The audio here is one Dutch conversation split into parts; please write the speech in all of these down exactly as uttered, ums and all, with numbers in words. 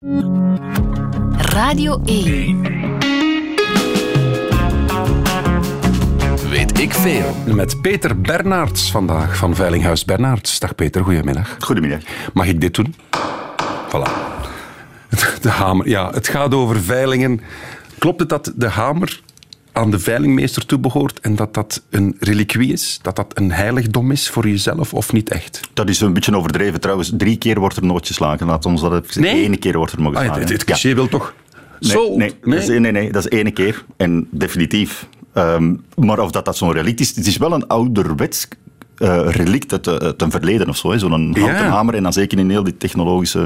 Radio één. Weet ik veel. Met Peter Bernards vandaag van Veilinghuis Bernards. Dag Peter, goedemiddag. Goedemiddag. Mag ik dit doen? Voilà. De hamer. Ja, het gaat over veilingen. Klopt het dat de hamer aan de veilingmeester toebehoort en dat dat een reliquie is? Dat dat een heiligdom is voor jezelf of niet echt? Dat is een beetje overdreven trouwens. Drie keer wordt er nooit geslagen. Laat ons dat even zeggen. Nee? Eén keer wordt er mogen Ah, slagen. het het cliché ja. wil toch... Nee, Zo? nee, nee. Dat is, nee, nee, dat is één keer. En definitief. Um, maar of dat, dat zo'n relict is... Het is wel een ouderwets uh, relict uit, uit een verleden of zo. Hè. Zo'n houten Ja. hamer. En dan zeker in heel die technologische...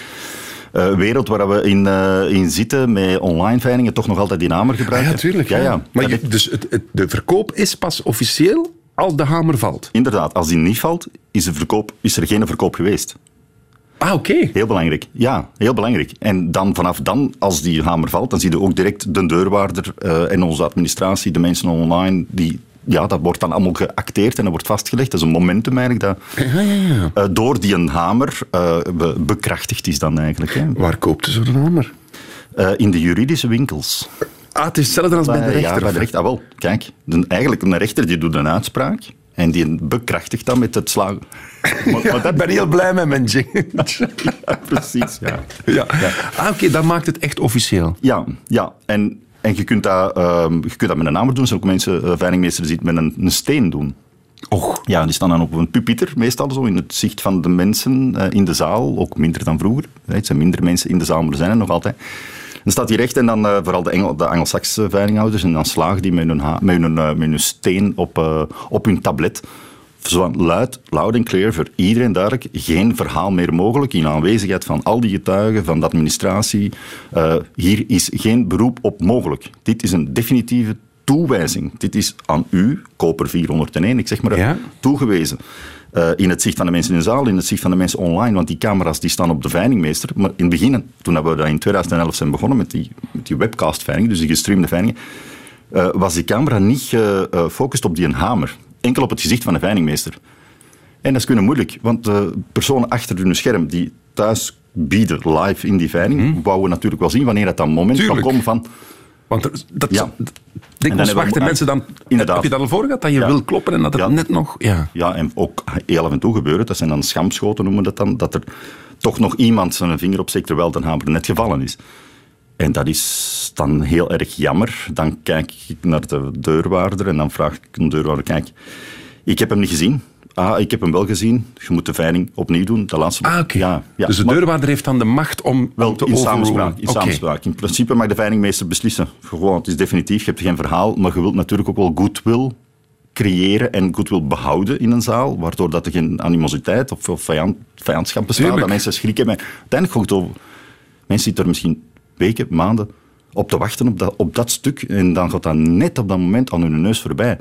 Uh, wereld waar we in, uh, in zitten met online veilingen toch nog altijd die hamer gebruiken. Ja, tuurlijk. Ja, Ja. ja. Maar Dat je, ik- dus het, het, de verkoop is pas officieel als de hamer valt. Inderdaad, als die niet valt, is, de verkoop, is er geen verkoop geweest. Ah, oké. Heel belangrijk. Ja, heel belangrijk. En dan vanaf dan, als die hamer valt, dan zie je ook direct de deurwaarder uh, en onze administratie, de mensen online, die... Ja, dat wordt dan allemaal geacteerd en dat wordt vastgelegd. Dat is een momentum eigenlijk dat Ja, ja, ja. uh, door die een hamer uh, be- bekrachtigd is dan eigenlijk. Hè. Waar koopt ze zo'n hamer? Uh, in de juridische winkels. Ah, het is hetzelfde als bij de rechter. Ja, bij of- de rechter. Ah, wel, kijk. De, eigenlijk een rechter die doet een uitspraak en die bekrachtigt dat met het slagen. Maar, Ja, maar dat ik ben heel blij met mijn jingle. Ja, precies, ja. Ja. Ah, oké, dat maakt het echt officieel. Ja, ja. En, en je, kunt dat, uh, je kunt dat met een hamer doen. Zoals ook mensen, uh, veilingmeesters, die het met een, een steen doen. Och. Ja, die staan dan op een pupieter, meestal zo, in het zicht van de mensen uh, in de zaal. Ook minder dan vroeger. Het zijn minder mensen in de zaal, maar er zijn er nog altijd. Dan staat die recht en dan uh, vooral de, Engel, de Anglo-Saxische veilinghouders. En dan slagen die met hun, ha- met hun, uh, met hun steen op, uh, op hun tablet. Zo luid, loud en clear, voor iedereen duidelijk. Geen verhaal meer mogelijk in aanwezigheid van al die getuigen, van de administratie. Uh, hier is geen beroep op mogelijk. Dit is een definitieve toewijzing. Dit is aan u, koper vierhonderdéén, ik zeg maar, Ja? toegewezen. Uh, in het zicht van de mensen in de zaal, in het zicht van de mensen online. Want die camera's die staan op de veilingmeester. Maar in het begin, toen we dat in tweeduizend elf zijn begonnen met die, met die webcast-veiling, dus die gestreamde veilingen, uh, was die camera niet gefocust op die een hamer. Enkel op het gezicht van de veilingmeester. En dat is kunnen moeilijk, want de personen achter hun scherm die thuis bieden live in die veiling, hmm. wouden natuurlijk wel zien wanneer het dat moment Tuurlijk. kan komen van... Want er, dat, Ja. dikwijls hebben we- wachten mensen dan... Inderdaad. Heb je dat al voor gehad? Dat je Ja. wil kloppen en dat het Ja. net nog... Ja. Ja, en ook heel af en toe gebeurt het, dat zijn dan schampschoten noemen we dat dan, dat er toch nog iemand zijn vinger opsteekt terwijl de hamer net gevallen is. En dat is dan heel erg jammer. Dan kijk ik naar de deurwaarder en dan vraag ik de deurwaarder, kijk, ik heb hem niet gezien. Ah, ik heb hem wel gezien. Je moet de veiling opnieuw doen. De laatste... Ah, oké. Ja, ja. Dus de Maar- deurwaarder heeft dan de macht om, Wel, om te in overrulen. samenspraak. In Oké. samenspraak. In principe mag de veilingmeester beslissen. Gewoon, het is definitief, je hebt geen verhaal, maar je wilt natuurlijk ook wel goodwill creëren en goodwill behouden in een zaal, waardoor dat er geen animositeit of, of vijand, vijandschap bestaat, Tuurlijk. dat mensen schrikken. Maar uiteindelijk gaat het over... Mensen zitten er misschien weken, maanden op te wachten op dat, op dat stuk en dan gaat dat net op dat moment aan hun neus voorbij.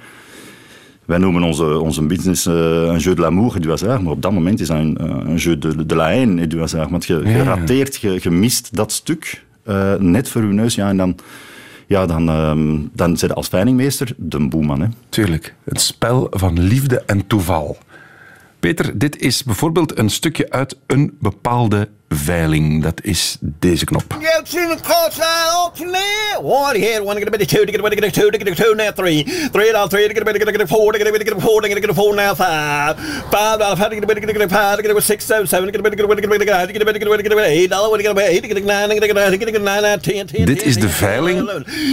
Wij noemen onze, onze business uh, een jeu de l'amour et du hasard, maar op dat moment is dat een, uh, een jeu de, de la haine et du hasard. Want je, Ja. je rateert, je, je mist dat stuk uh, net voor je neus. Ja, en dan, ja, dan, um, dan zit je als veilingmeester de boeman. Hè. Tuurlijk. Het spel van liefde en toeval. Peter, dit is bijvoorbeeld een stukje uit een bepaalde veiling. Dat is deze knop. Get in the course alternate. One here, one get a bit two, get a bit get a two, get a two now three, three down three, get a bit get a four, get a bit get a four, get a four now five, five down five, get a bit get a five, get a six seven seven, get a bit get a bit get a get a bit get a bit get a eight dollar, get a bit eight, get a nine, get a get a nine, ten, ten. Dit is de veiling.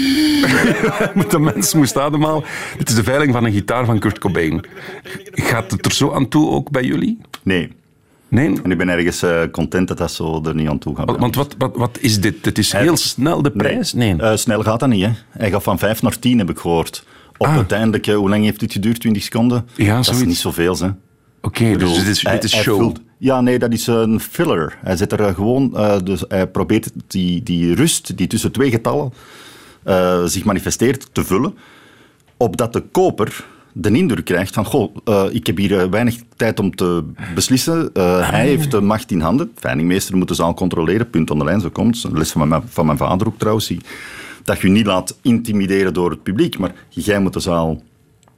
De mens moest allemaal. Dit is de veiling van een gitaar van Kurt Cobain. Gaat het er zo aan toe ook bij jullie? Nee. Nee? En ik ben ergens uh, content dat dat zo er niet aan toe gaat. Want wat, wat, wat is dit? Dit is heel snel de prijs? Nee. Uh, snel gaat dat niet. Hè. Hij gaat van vijf naar tien, heb ik gehoord. Op Ah. uiteindelijk, uh, hoe lang heeft dit geduurd? twintig seconden? Ja, dat zoiets. is niet zoveel. Hè. Oké, okay, dus dit is, Hij- dit is hij show. vult- ja, nee, dat is een filler. Hij zit er uh, gewoon... Uh, dus hij probeert die, die rust die tussen twee getallen uh, zich manifesteert te vullen, opdat de koper de indruk krijgt van, goh, uh, ik heb hier uh, weinig tijd om te beslissen. Uh, hij heeft de macht in handen. Veilingmeester moet de zaal controleren, punt aan de lijn, zo komt het. Een les van mijn, van mijn vader ook trouwens. Dat je je niet laat intimideren door het publiek, maar jij moet de zaal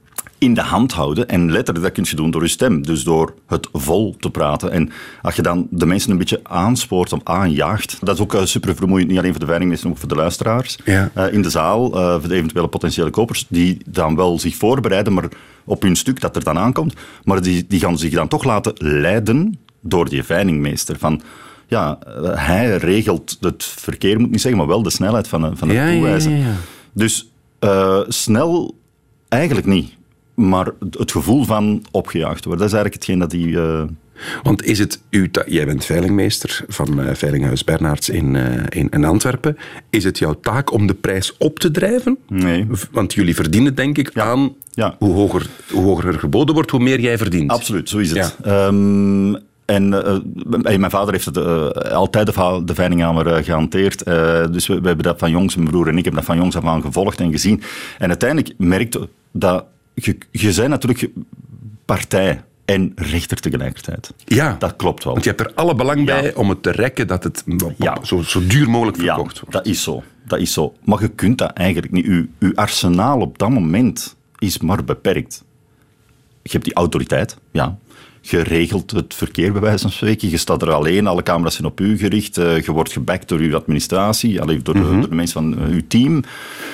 in de hand houden. En letterlijk, dat kun je doen door je stem. Dus door het vol te praten. En als je dan de mensen een beetje aanspoort of aanjaagt, dat is ook uh, super vermoeiend, niet alleen voor de veilingmeester, maar ook voor de luisteraars. Ja. Uh, in de zaal, uh, voor de eventuele potentiële kopers, die dan wel zich voorbereiden maar op hun stuk dat er dan aankomt. Maar die, die gaan zich dan toch laten leiden door die veilingmeester. Van, ja, uh, hij regelt het verkeer, moet ik niet zeggen, maar wel de snelheid van, van het ja, toewijzen. Ja, ja, ja. Dus uh, snel eigenlijk niet. Maar het gevoel van opgejaagd worden, dat is eigenlijk hetgeen dat die... Uh... Want is het uw... Ta- Jij bent veilingmeester van uh, Veilinghuis Bernards in, uh, in, in Antwerpen. Is het jouw taak om de prijs op te drijven? Nee. Want jullie verdienen, denk ik, ja. aan... Ja. Hoe, hoger, hoe hoger er geboden wordt, hoe meer jij verdient. Absoluut, zo is het. Ja. Um, En uh, mijn vader heeft het uh, altijd de, de veilinghamer uh, gehanteerd. Uh, dus we, we hebben dat van jongs, mijn broer en ik hebben dat van jongs af aan gevolgd en gezien. En uiteindelijk merkte dat je, je bent natuurlijk partij en rechter tegelijkertijd. Ja, dat klopt wel. Want je hebt er alle belang bij ja. om het te rekken dat het ja. zo, zo duur mogelijk verkocht ja, wordt. Dat is zo. Dat is zo. Maar je kunt dat eigenlijk niet. Uw, uw arsenaal op dat moment is maar beperkt. Je hebt die autoriteit, ja. Je regelt het verkeer, bij wijze van spreken. Je staat er alleen, alle camera's zijn op u gericht. Uh, je wordt gebackt door uw administratie, allee, door, mm-hmm. de, door de mensen van uh, uw team.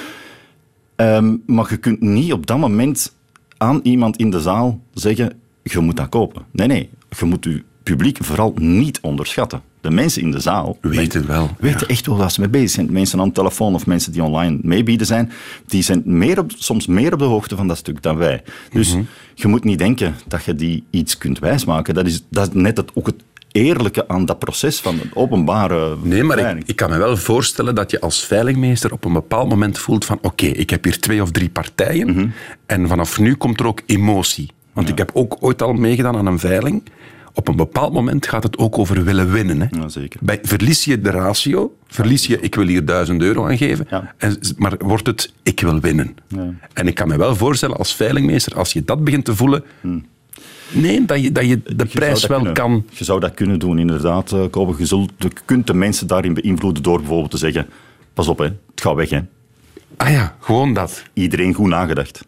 Um, maar je kunt niet op dat moment aan iemand in de zaal zeggen, je moet dat kopen. Nee, nee. Je moet je publiek vooral niet onderschatten. De mensen in de zaal weten wel. Weten ja. echt wel waar ze mee bezig zijn. Mensen aan de telefoon of mensen die online meebieden zijn, die zijn meer op, soms meer op de hoogte van dat stuk dan wij. Dus mm-hmm. je moet niet denken dat je die iets kunt wijsmaken. Dat is, dat is net het, ook het eerlijke aan dat proces van het openbare... Nee, maar ik, ik kan me wel voorstellen dat je als veilingmeester op een bepaald moment voelt van oké, okay, ik heb hier twee of drie partijen mm-hmm. en vanaf nu komt er ook emotie. Want ja. ik heb ook ooit al meegedaan aan een veiling. Op een bepaald moment gaat het ook over willen winnen. Hè. Ja, zeker. Bij, verlies je de ratio, verlies je ik wil hier duizend euro aan geven, ja. en, maar wordt het ik wil winnen. Ja. En ik kan me wel voorstellen als veilingmeester, als je dat begint te voelen, hmm. nee, dat je, dat je de je prijs wel kunnen. kan... Je zou dat kunnen doen, inderdaad. Uh, Kobe. Je, zult, je kunt de mensen daarin beïnvloeden door bijvoorbeeld te zeggen, pas op, hè, het gaat weg. Hè. Ah ja, gewoon dat. Iedereen goed nagedacht.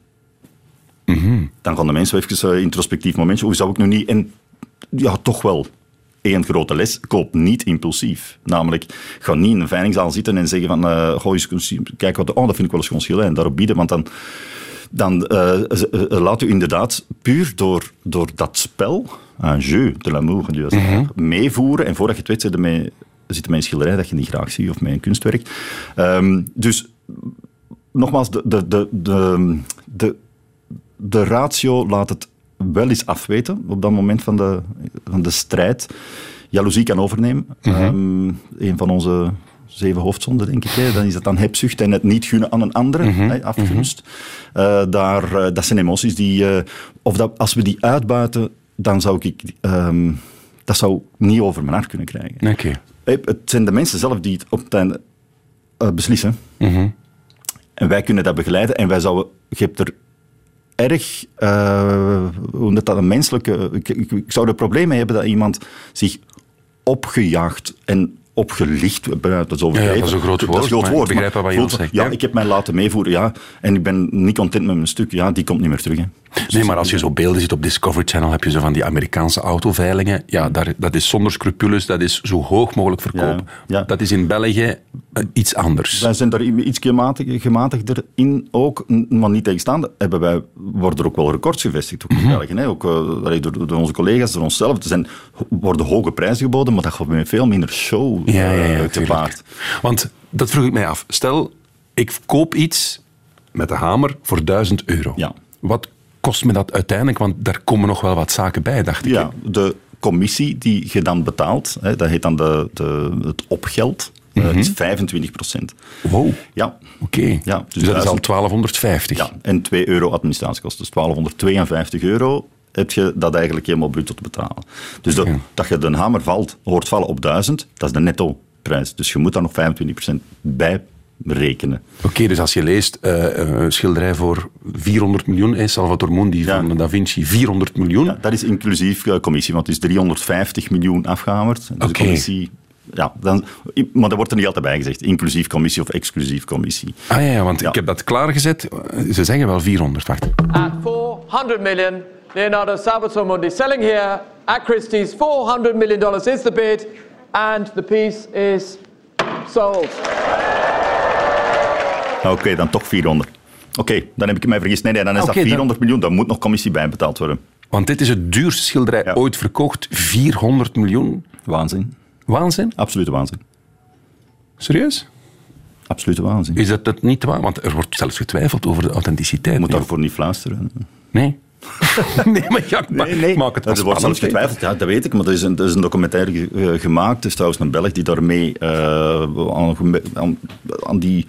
Mm-hmm. Dan gaan de mensen even een uh, introspectief momentje, hoe zou ik nu niet... En, ja, toch wel. Eén grote les, koop niet impulsief. Namelijk, ga niet in een veilingzaal zitten en zeggen van, uh, goh, eens, kijk wat, oh, dat vind ik wel eens gewoon schillen en daarop bieden, want dan, dan uh, uh, uh, laat u inderdaad puur door, door dat spel, un jeu de l'amour, dus, mm-hmm. meevoeren, en voordat je het weet zit je met, zit je met een schilderij dat je niet graag ziet, of met een kunstwerk. Um, dus, nogmaals, de, de, de, de, de, de ratio laat het wel eens afweten op dat moment van de, van de strijd. Jaloezie kan overnemen. Mm-hmm. Um, een van onze zeven hoofdzonden, denk ik. Hè. Dan is het dan hebzucht en het niet gunnen aan een andere. Mm-hmm. Hè, afgunst. Mm-hmm. Uh, daar, uh, dat zijn emoties die... Uh, of dat, als we die uitbuiten, dan zou ik... Um, dat zou niet over mijn hart kunnen krijgen. Okay. Het zijn de mensen zelf die het op het einde uh, beslissen. Mm-hmm. En wij kunnen dat begeleiden. En wij zouden... Je hebt er erg, uh, omdat dat een menselijke... Ik, ik, ik zou er problemen mee hebben dat iemand zich opgejaagd en opgelicht... Dat is overdreven. Ja, dat is een groot woord, dat is een groot woord, ik begrijp wat je voelt, zegt. Ja, ik heb mij laten meevoeren, ja. En ik ben niet content met mijn stuk. Ja, die komt niet meer terug. Hè. Dus nee, maar als je zo beelden ziet op Discovery Channel, heb je zo van die Amerikaanse autoveilingen. Ja, daar, dat is zonder scrupules, dat is zo hoog mogelijk verkopen. Ja, ja. Dat is in België uh, iets anders. Wij zijn daar iets gematig, gematigder in ook, maar niet tegenstaande. Hebben wij, worden er ook wel records gevestigd, ook in mm-hmm. België. Hè. Ook uh, door, door onze collega's, door onszelf. Er zijn, worden hoge prijzen geboden, maar dat gaat met veel minder show uh, ja, ja, ja, gepaard. Want dat vroeg ik mij af. Stel, ik koop iets met de hamer voor duizend euro. Ja. Wat kost me dat uiteindelijk? Want daar komen nog wel wat zaken bij, dacht ik. Ja, de commissie die je dan betaalt, hè, dat heet dan de, de, het opgeld, mm-hmm. uh, is vijfentwintig procent. Wow. Ja. Oké. Okay. Ja, dus, dus dat is al twaalfhonderdvijftig. Ja, en twee euro administratiekosten. Dus twaalfhonderdtweeënvijftig euro heb je dat eigenlijk helemaal bruto te betalen. Dus de, ja. dat je de hamer valt, hoort vallen op duizend, dat is de netto-prijs. Dus je moet daar nog vijfentwintig procent bij rekenen. Oké, okay, dus als je leest uh, een schilderij voor vierhonderd miljoen, eh, Salvator Mundi ja. van Da Vinci, vierhonderd miljoen. Ja, dat is inclusief uh, commissie, want het is driehonderdvijftig miljoen afgehamerd. Dus okay. de commissie... Ja, dan, maar dat wordt er niet altijd bij gezegd. Inclusief commissie of exclusief commissie. Ah ja, ja want ja. ik heb dat klaargezet. Ze zeggen wel vierhonderd, wacht. At four hundred million. Leonardo Salvatore Mundi selling here at Christie's. four hundred million dollars is the bid. And the piece is sold. Oké, okay, dan toch vierhonderd. Oké, okay, dan heb ik mij vergist. Nee, nee, dan is okay, dat vierhonderd dan... miljoen. Dan moet nog commissie bijbetaald worden. Want dit is het duurste schilderij ja. ooit verkocht. vierhonderd miljoen. Waanzin. Waanzin? Absolute waanzin. Serieus? Absolute waanzin. Is dat, dat niet waar? Want er wordt zelfs getwijfeld over de authenticiteit. Je moet daarvoor niet fluisteren. Nee. nee, maar ja, nee, nee. maak het wel Er wordt zelfs getwijfeld, ja, dat weet ik, maar er is een, er is een documentaire ge, uh, gemaakt. Er is trouwens een Belg die daarmee uh, aan, aan, aan die...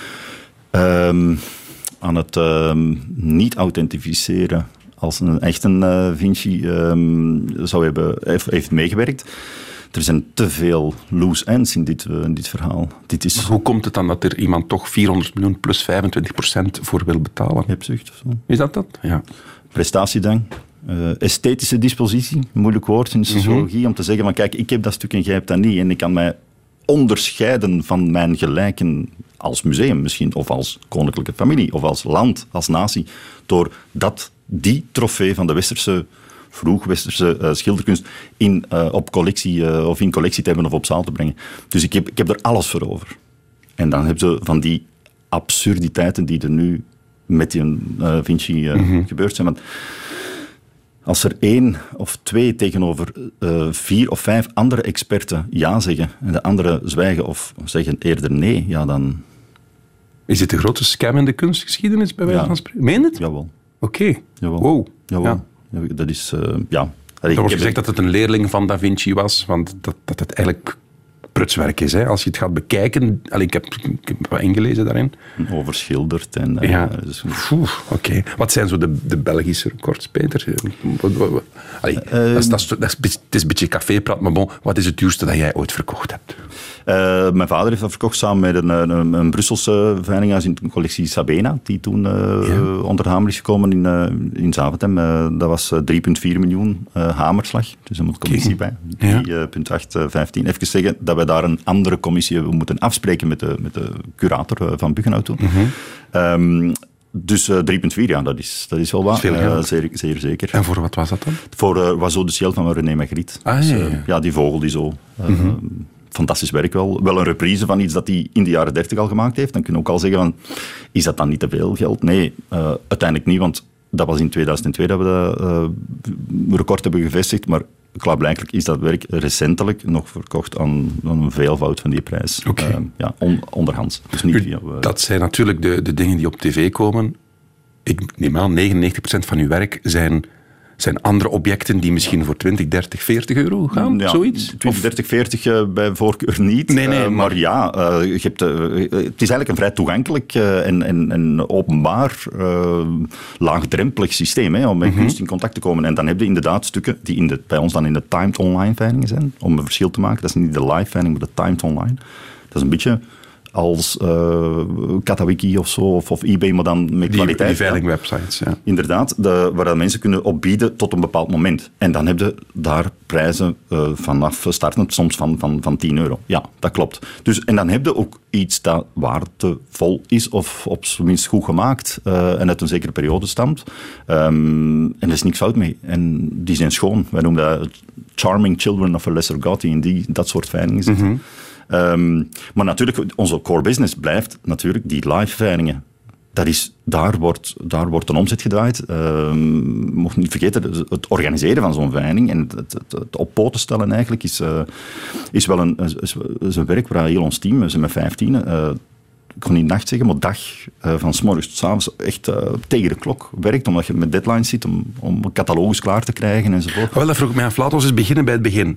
Um, aan het um, niet authentificeren als een echte uh, Vinci um, zou hebben, heeft, heeft meegewerkt. Er zijn te veel loose ends in dit, uh, in dit verhaal. Dit is... Hoe komt het dan dat er iemand toch vierhonderd miljoen plus vijfentwintig procent voor wil betalen? Hebzucht of zo. Is dat dat? Ja. Prestatiedrang. Uh, esthetische dispositie, moeilijk woord in de sociologie, mm-hmm. om te zeggen van kijk, ik heb dat stuk en jij hebt dat niet. En ik kan mij onderscheiden van mijn gelijken als museum misschien, of als koninklijke familie, of als land, als natie, door dat, die trofee van de westerse, vroeg-westerse uh, schilderkunst in, uh, op collectie, uh, of in collectie te hebben of op zaal te brengen. Dus ik heb, ik heb er alles voor over. En dan hebben ze van die absurditeiten die er nu met die uh, Vinci uh, mm-hmm. gebeurd zijn. Want als er één of twee tegenover uh, vier of vijf andere experten ja zeggen en de anderen zwijgen of zeggen eerder nee, ja dan... Is dit de grootste scam in de kunstgeschiedenis bij wijze ja. van spreken? Meen het? Jawel. Oké. Okay. Wow. Jawel. Ja. Ja, dat is... Uh, ja. Er wordt gezegd dat het een leerling van Da Vinci was, want dat, dat het eigenlijk prutswerk is. Hè. Als je het gaat bekijken... Allee, ik, heb, ik heb wat ingelezen daarin. Overschilderd. En, uh, ja. Dus, Oké. Okay. Wat zijn zo de, de Belgische records, Peter? Allee, uh, dat is, dat is, dat is, het is een beetje cafépraat, maar bon, wat is het duurste dat jij ooit verkocht hebt? Uh, mijn vader heeft dat verkocht samen met een, een, een Brusselse veilinghuis in de collectie Sabena, die toen uh, ja. onder de hamer is gekomen in, uh, in Zaventem. Uh, dat was uh, drie komma vier miljoen uh, hamerslag, dus er moet commissie bij. drie komma acht vijftien. Even zeggen dat wij daar een andere commissie hebben moeten afspreken met de, met de curator uh, van Buggenhout toen. Mm-hmm. Um, Dus uh, drie komma vier, ja, dat is, dat is wel wat. Uh, zeer, zeer zeker. En voor wat was dat dan? Voor uh, Oiseau de Ciel van René Magritte. Ah, dus, ja, uh, ja. ja, die vogel die zo... Uh, mm-hmm. Fantastisch werk wel. Wel een reprise van iets dat hij in de jaren dertig al gemaakt heeft. Dan kun je ook al zeggen van, is dat dan niet te veel geld? Nee, uh, uiteindelijk niet, want dat was in tweeduizend twee dat we dat uh, record hebben gevestigd, maar klaarblijkelijk is dat werk recentelijk nog verkocht aan, aan een veelvoud van die prijs. Okay. Uh, ja, on, onderhands. Dus niet via, uh, dat zijn natuurlijk de, de dingen die op tv komen. Ik neem aan, negenennegentig procent van uw werk zijn... zijn andere objecten die misschien voor twintig, dertig, veertig euro gaan? Ja, zoiets? twintig, dertig, veertig uh, bij voorkeur niet. Nee, nee, uh, maar, maar ja, uh, je hebt, uh, het is eigenlijk een vrij toegankelijk uh, en, en, en openbaar, uh, laagdrempelig systeem hè, om met mm-hmm. kunst in contact te komen. En dan heb je inderdaad stukken die in de, bij ons dan in de timed online veilingen zijn, om een verschil te maken. Dat is niet de live veiling, maar de timed online. Dat is een beetje... als uh, Katawiki of zo, of, of eBay, maar dan met die, kwaliteit. Die veilingwebsites, ja. Inderdaad, de, waar mensen kunnen opbieden tot een bepaald moment. En dan heb je daar prijzen uh, vanaf startend, soms van, van, van tien euro. Ja, dat klopt. Dus, en dan heb je ook iets dat waardevol is, of op zijn minst goed gemaakt, uh, en uit een zekere periode stamt. Um, en er is niks fout mee. En die zijn schoon. Wij noemen dat charming children of a lesser god, die in die, dat soort veilingen zitten. Mm-hmm. Um, maar natuurlijk, onze core business blijft natuurlijk die live veilingen. Dat is, daar, wordt, daar wordt een omzet gedraaid. Um, mocht niet vergeten, het organiseren van zo'n veiling en het, het, het op poten stellen eigenlijk is, uh, is wel een, is, is een werk waar heel ons team, we zijn met vijftien, uh, ik kon niet nacht zeggen, maar dag, uh, van 's morgens tot 's avonds echt uh, tegen de klok werkt, omdat je met deadlines zit om, om een catalogus klaar te krijgen enzovoort. Wel, dat vroeg ik mij af. Laten we eens beginnen bij het begin.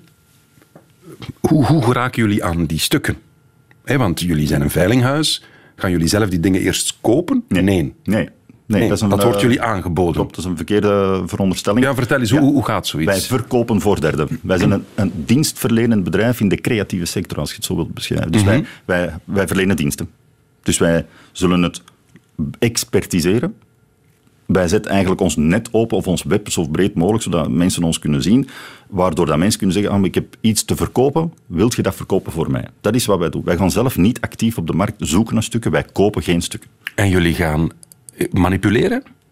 Hoe, hoe geraken jullie aan die stukken? He, want jullie zijn een veilinghuis. Gaan jullie zelf die dingen eerst kopen? Nee. Nee. nee. nee. nee dat, een, dat wordt jullie uh, aangeboden. Klopt, dat is een verkeerde veronderstelling. Ja, vertel eens, ja. hoe, hoe gaat zoiets? Wij verkopen voor derden. Wij zijn een, een dienstverlenend bedrijf in de creatieve sector, als je het zo wilt beschrijven. Dus mm-hmm. wij, wij, wij verlenen diensten. Dus wij zullen het expertiseren. Wij zetten eigenlijk ons net open, of ons web zo breed mogelijk, zodat mensen ons kunnen zien, waardoor dat mensen kunnen zeggen, ah, ik heb iets te verkopen, wilt je dat verkopen voor mij? Dat is wat wij doen. Wij gaan zelf niet actief op de markt zoeken naar stukken, wij kopen geen stukken. En jullie gaan manipuleren?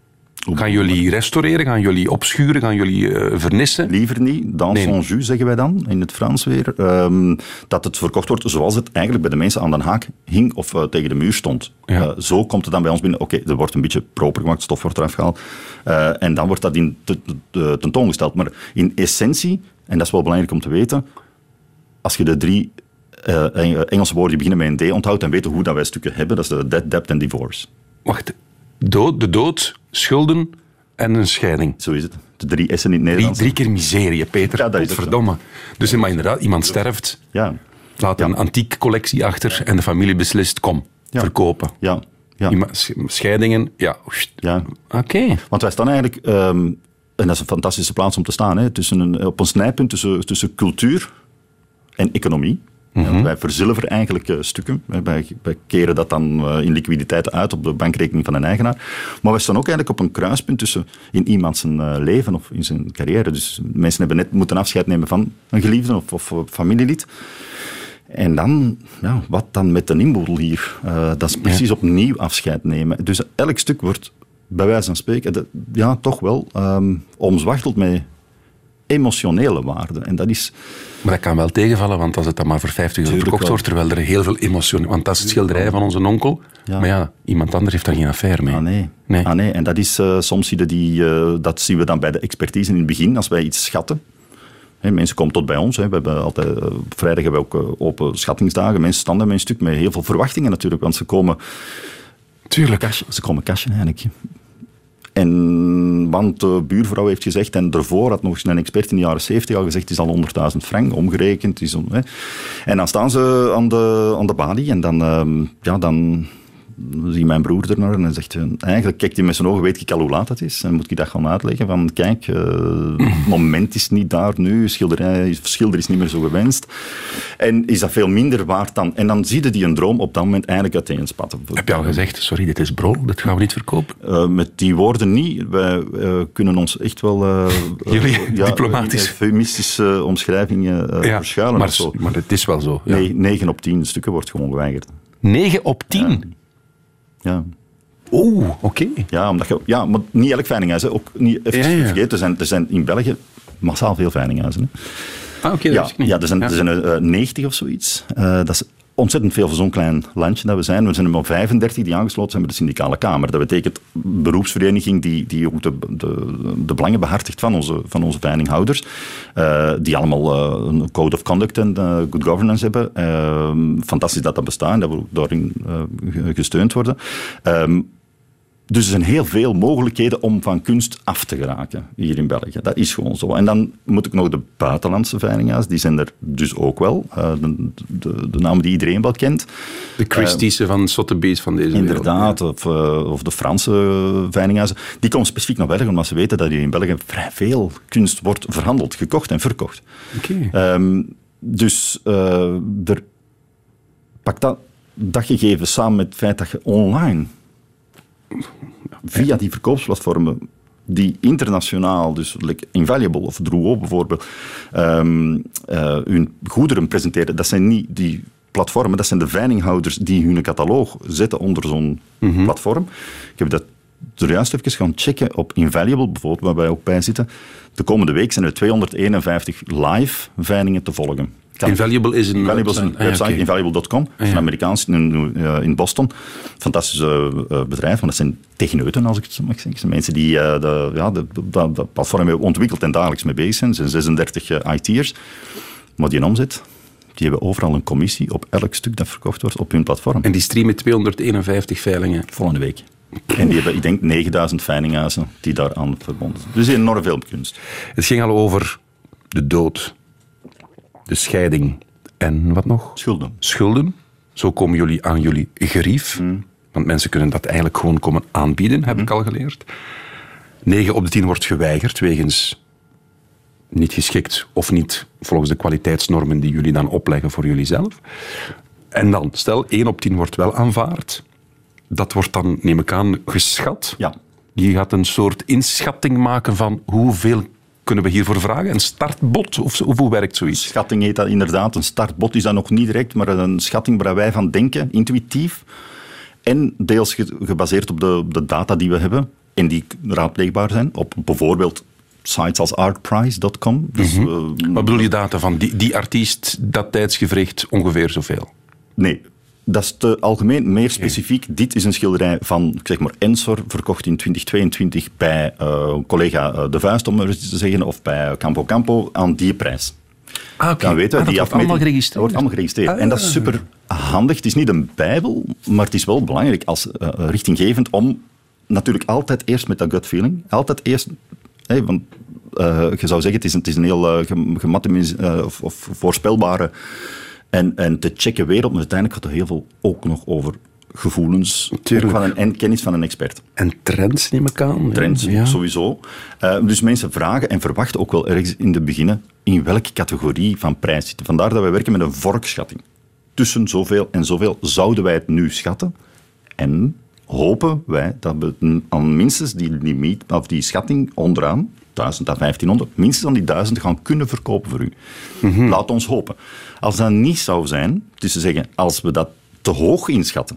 Gaan jullie restaureren? Gaan jullie opschuren? Gaan jullie uh, vernissen? Liever niet. Dans Nee. son jus, zeggen wij dan, in het Frans weer. Um, dat het verkocht wordt zoals het eigenlijk bij de mensen aan de haak hing of uh, tegen de muur stond. Ja. Uh, zo komt het dan bij ons binnen. Oké, okay, er wordt een beetje proper gemaakt, stof wordt eraf gehaald. Uh, en dan wordt dat in te, te, tentoongesteld. Maar in essentie, en dat is wel belangrijk om te weten, als je de drie uh, Engelse woorden die beginnen met een D onthoudt en weten hoe dat wij stukken hebben, dat is de debt, debt en divorce. Wacht, dood, de dood, schulden en een scheiding. Zo is het. De drie S'en in het Drie, Nederlands. drie keer miserie, Peter. Ja, dat is ook Verdomme. Dus maar inderdaad, iemand sterft, Ja. laat een Ja. antiek collectie achter en de familie beslist, kom, Ja. verkopen. Ja. Ja. Iemand- sch- Scheidingen, ja. Ja. Oké. Want wij staan eigenlijk, um, en dat is een fantastische plaats om te staan, hè, tussen een, op een snijpunt tussen, tussen cultuur en economie. Mm-hmm. Ja, wij verzilveren eigenlijk uh, stukken. Wij, wij keren dat dan uh, in liquiditeit uit op de bankrekening van een eigenaar. Maar wij staan ook eigenlijk op een kruispunt tussen in iemand zijn uh, leven of in zijn carrière. Dus mensen hebben net moeten afscheid nemen van een geliefde of, of, of familielid. En dan, ja, wat dan met een inboedel hier? Uh, dat is precies ja. opnieuw afscheid nemen. Dus elk stuk wordt, bij wijze van spreken, de, ja, toch wel um, omzwachteld met emotionele waarde. En dat is... Maar dat kan wel tegenvallen, want als het dan maar voor vijftig euro verkocht wordt, terwijl er heel veel emotie... Want dat is het schilderij van onze onkel. Ja. Maar ja, iemand anders heeft daar geen affaire mee. Ah nee. nee. Ah, nee. En dat is, uh, soms zie je die, uh, dat zien we dan bij de expertise in het begin, als wij iets schatten. He, mensen komen tot bij ons. He. We hebben altijd, uh, op vrijdag hebben we ook uh, open schattingsdagen. Mensen staan daar met een stuk met heel veel verwachtingen natuurlijk, want ze komen... Tuurlijk. Cash, ze komen cashen eigenlijk. En, want de buurvrouw heeft gezegd, en daarvoor had nog eens een expert in de jaren zeventig al gezegd, het is al honderdduizend frank omgerekend. Is on, hè. En dan staan ze aan de, aan de balie en dan, um, ja, dan zie mijn broer er naar en dan zegt hij, eigenlijk kijkt hij met zijn ogen, weet ik al hoe laat het is. En moet ik dat gaan uitleggen van, kijk, uh, het moment is niet daar nu, schilderij, schilder is niet meer zo gewenst. En is dat veel minder waard dan... En dan zie je die een droom op dat moment eigenlijk uiteenspatten. Heb je al gezegd, sorry, dit is brol, dit gaan we niet verkopen? Uh, met die woorden niet. Wij uh, kunnen ons echt wel... Uh, Jullie, uh, ja, diplomatisch. Eufemistische omschrijvingen uh, ja, verschuilen. Maar, of zo. maar het is wel zo. Ja. Nee, negen op tien stukken wordt gewoon geweigerd. negen op tien? Ja. Ja. Oeh, oké. Okay. Ja, omdat je, ja, maar niet elk veilinghuis. Hè. Ook niet even ja, ja. vergeten, er zijn, er zijn in België massaal veel veilinghuizen. Hè. Ah, oké, ja, dat ja, ja, er zijn, ja. er zijn uh, negentig of zoiets. Uh, dat is ontzettend veel voor zo'n klein landje dat we zijn. We zijn er maar vijfendertig die aangesloten zijn bij de syndicale kamer. Dat betekent beroepsvereniging die, die ook de, de, de belangen behartigt van onze, van onze veilinghouders. Uh, die allemaal uh, een code of conduct en uh, good governance hebben. Uh, fantastisch dat dat bestaat en dat we ook daarin uh, gesteund worden. Um, Dus er zijn heel veel mogelijkheden om van kunst af te geraken hier in België. Dat is gewoon zo. En dan moet ik nog de buitenlandse veilinghuizen, die zijn er dus ook wel. Uh, de, de, de namen die iedereen wel kent. De Christie's uh, van Sotheby's van deze Inderdaad, wereld, of, uh, of de Franse veilinghuizen. Die komen specifiek naar België, omdat ze weten dat hier in België vrij veel kunst wordt verhandeld, gekocht en verkocht. Okay. Um, dus uh, er, pak dat, dat gegeven samen met het feit dat je online... via die verkoopsplatformen die internationaal, dus like Invaluable of Drouot bijvoorbeeld, um, uh, hun goederen presenteren. Dat zijn niet die platformen, dat zijn de veilinghouders die hun catalogus zetten onder zo'n mm-hmm. platform. Ik heb dat er juist even gaan checken op Invaluable bijvoorbeeld, waar wij ook bij zitten. De komende week zijn er tweehonderdeenenvijftig live veilingen te volgen. Kan. Invaluable is een Invaluable is een website, website ah, ja, okay. invaluable dot com. Dat is een Amerikaans in, in Boston. Fantastisch uh, bedrijf, want dat zijn techneuten, als ik het zo mag zeggen. Dat zijn mensen die uh, de, ja, de, de, de platform hebben ontwikkeld en dagelijks mee bezig zijn. Er zijn zesendertig uh, I T'ers. Maar die omzet, die hebben overal een commissie op elk stuk dat verkocht wordt op hun platform. En die streamen tweehonderdeenenvijftig veilingen? Volgende week. En die hebben, ik denk, negenduizend veilinghuizen die daaraan verbonden zijn. Dus enorm veel kunst. Het ging al over de dood, de scheiding en wat nog? Schulden. Schulden. Zo komen jullie aan jullie gerief. Mm. Want mensen kunnen dat eigenlijk gewoon komen aanbieden, heb mm. ik al geleerd. negen op de tien wordt geweigerd, wegens niet geschikt of niet volgens de kwaliteitsnormen die jullie dan opleggen voor jullie zelf. En dan, stel, één op tien wordt wel aanvaard. Dat wordt dan, neem ik aan, geschat. Ja. Je gaat een soort inschatting maken van hoeveel kunnen we hiervoor vragen? Een startbod? Of, of hoe werkt zoiets? Schatting heet dat inderdaad. Een startbod is dat nog niet direct, maar een schatting waar wij van denken, intuïtief. En deels gebaseerd op de, de data die we hebben. en die raadpleegbaar zijn op bijvoorbeeld sites als artprice dot com. Dus, mm-hmm. uh, Wat bedoel je data van die, die artiest, dat tijdsgevricht, ongeveer zoveel? Nee, dat is te algemeen. Meer specifiek, okay. Dit is een schilderij van, ik zeg maar, Ensor, verkocht in twintig tweeëntwintig bij uh, collega uh, De Vuist, om het te zeggen, of bij Campo Campo, aan die prijs. Ah, okay. Dan weten we, ah, dat die wordt allemaal geregistreerd? Dat wordt allemaal geregistreerd. Ah, en dat is super handig. Het is niet een bijbel, maar het is wel belangrijk als uh, richtinggevend om natuurlijk altijd eerst met dat gut feeling, altijd eerst... Hey, want uh, je zou zeggen, het is een, het is een heel uh, gemathematisch uh, of, of voorspelbare en, en te checken wereld, maar uiteindelijk gaat er heel veel ook nog over gevoelens ook van een, en kennis van een expert. En trends neem ik aan. Trends, ja. Sowieso. Uh, dus mensen vragen en verwachten ook wel ergens in de beginnen in welke categorie van prijs zitten. Vandaar dat wij werken met een vorkschatting. Tussen zoveel en zoveel zouden wij het nu schatten en hopen wij dat we aan minstens die limiet, of die schatting onderaan, duizend à vijftienhonderd, minstens aan die duizend gaan kunnen verkopen voor u. Mm-hmm. Laat ons hopen. Als dat niet zou zijn, dus te zeggen, als we dat te hoog inschatten,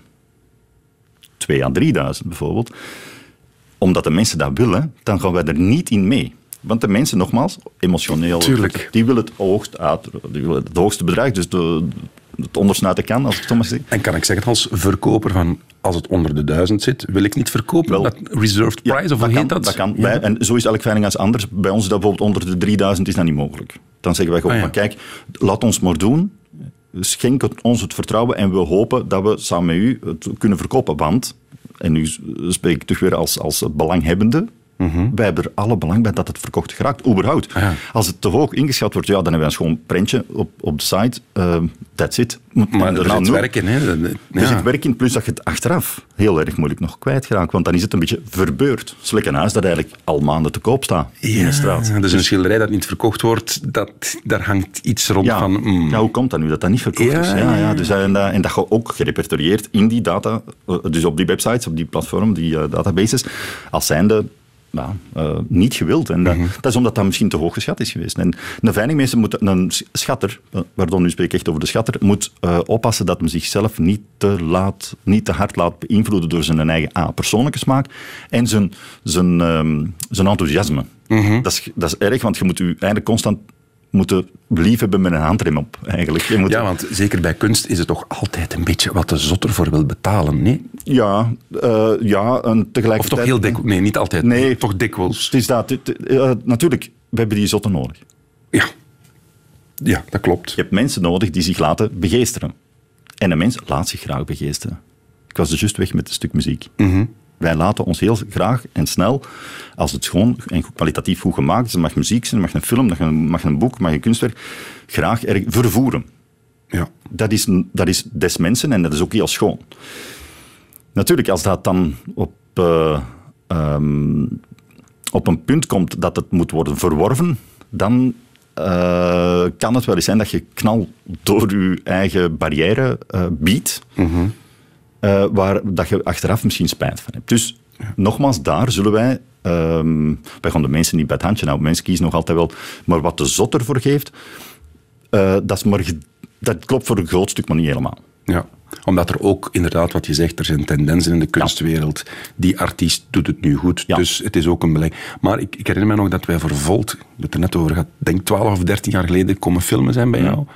twee à drieduizend bijvoorbeeld, omdat de mensen dat willen, dan gaan wij er niet in mee. Want de mensen, nogmaals, emotioneel, Tuurlijk. die willen het hoogst uit, die willen het hoogste bedrag, dus de, het ondersnuiten kan, als ik het maar zeg. En kan ik zeggen als verkoper van, als het onder de duizend zit, wil ik niet verkopen? Wel, dat reserved price, ja, of hoe heet dat? Dat kan. Ja. Bij, en zo is elk veilinghuis anders. Bij ons is dat bijvoorbeeld onder de drieduizend is dat niet mogelijk. Dan zeggen wij gewoon, ah, ja. maar kijk, laat ons maar doen. Schenk het, ons het vertrouwen en we hopen dat we samen met u het kunnen verkopen. Want, en nu spreek ik toch weer als, als belanghebbende, mm-hmm. wij hebben er alle belang bij dat het verkocht geraakt, überhaupt. Ah, ja. Als het te hoog ingeschat wordt, ja, dan hebben wij een schoon prentje op, op de site. Uh, that's it. Maar er zit werk in, hè? Ja. Er zit werk in, plus dat je het achteraf heel erg moeilijk nog kwijtraakt, want dan is het een beetje verbeurd. Zoals een huis dat eigenlijk al maanden te koop staat ja, in de straat. Dus een schilderij dat niet verkocht wordt, dat, daar hangt iets rond ja, van... Mm. Ja, hoe komt dat nu, dat dat niet verkocht ja, is? Ja, ja, ja. Dus, en, en dat je ook gerepertorieerd in die data, dus op die websites, op die platform, die uh, databases, als zijnde... Ja, uh, niet gewild. En dat, mm-hmm. dat is omdat dat misschien te hoog geschat is geweest. En een veilingmeester moet, een schatter, pardon, nu spreek ik echt over de schatter, moet uh, oppassen dat men zichzelf niet te, laat, niet te hard laat beïnvloeden door zijn eigen A, persoonlijke smaak en zijn, zijn, um, zijn enthousiasme. Mm-hmm. Dat is, dat is erg, want je moet je eigenlijk constant moeten lief hebben met een handrem op, eigenlijk. Je moet ja, want zeker bij kunst is het toch altijd een beetje wat de zotter voor wil betalen, nee? Ja, uh, ja, en tegelijkertijd... Of toch heel dikwijls? Nee, niet altijd. Nee, toch dikwijls. Het is dat. Het, uh, natuurlijk, we hebben die zotten nodig. Ja. Ja, dat klopt. Je hebt mensen nodig die zich laten begeesteren. En een mens laat zich graag begeesteren. Ik was er juist weg met een stuk muziek. Mm-hmm. Wij laten ons heel graag en snel, als het gewoon en kwalitatief goed gemaakt is, het mag muziek zijn, het mag een film, het mag een boek, het mag een kunstwerk, graag erg vervoeren. Ja. Dat is, dat is des mensen en dat is ook heel schoon. Natuurlijk, als dat dan op, uh, um, op een punt komt dat het moet worden verworven, dan uh, kan het wel eens zijn dat je knal door je eigen barrière uh, biedt. Mm-hmm. Uh, waar dat je achteraf misschien spijt van hebt. Dus ja. nogmaals, daar zullen wij... Um, wij gaan de mensen niet bij het handje houden. Mensen kiezen nog altijd wel... Maar wat de zot ervoor geeft, uh, dat, is maar, dat klopt voor een groot stuk, maar niet helemaal. Ja, omdat er ook inderdaad, wat je zegt, er zijn tendensen in de kunstwereld. Ja. Die artiest doet het nu goed, ja. dus het is ook een belang. Maar ik, ik herinner me nog dat wij voor Volt, we het er net over gehad, denk twaalf of dertien jaar geleden, komen filmen zijn bij ja. jou.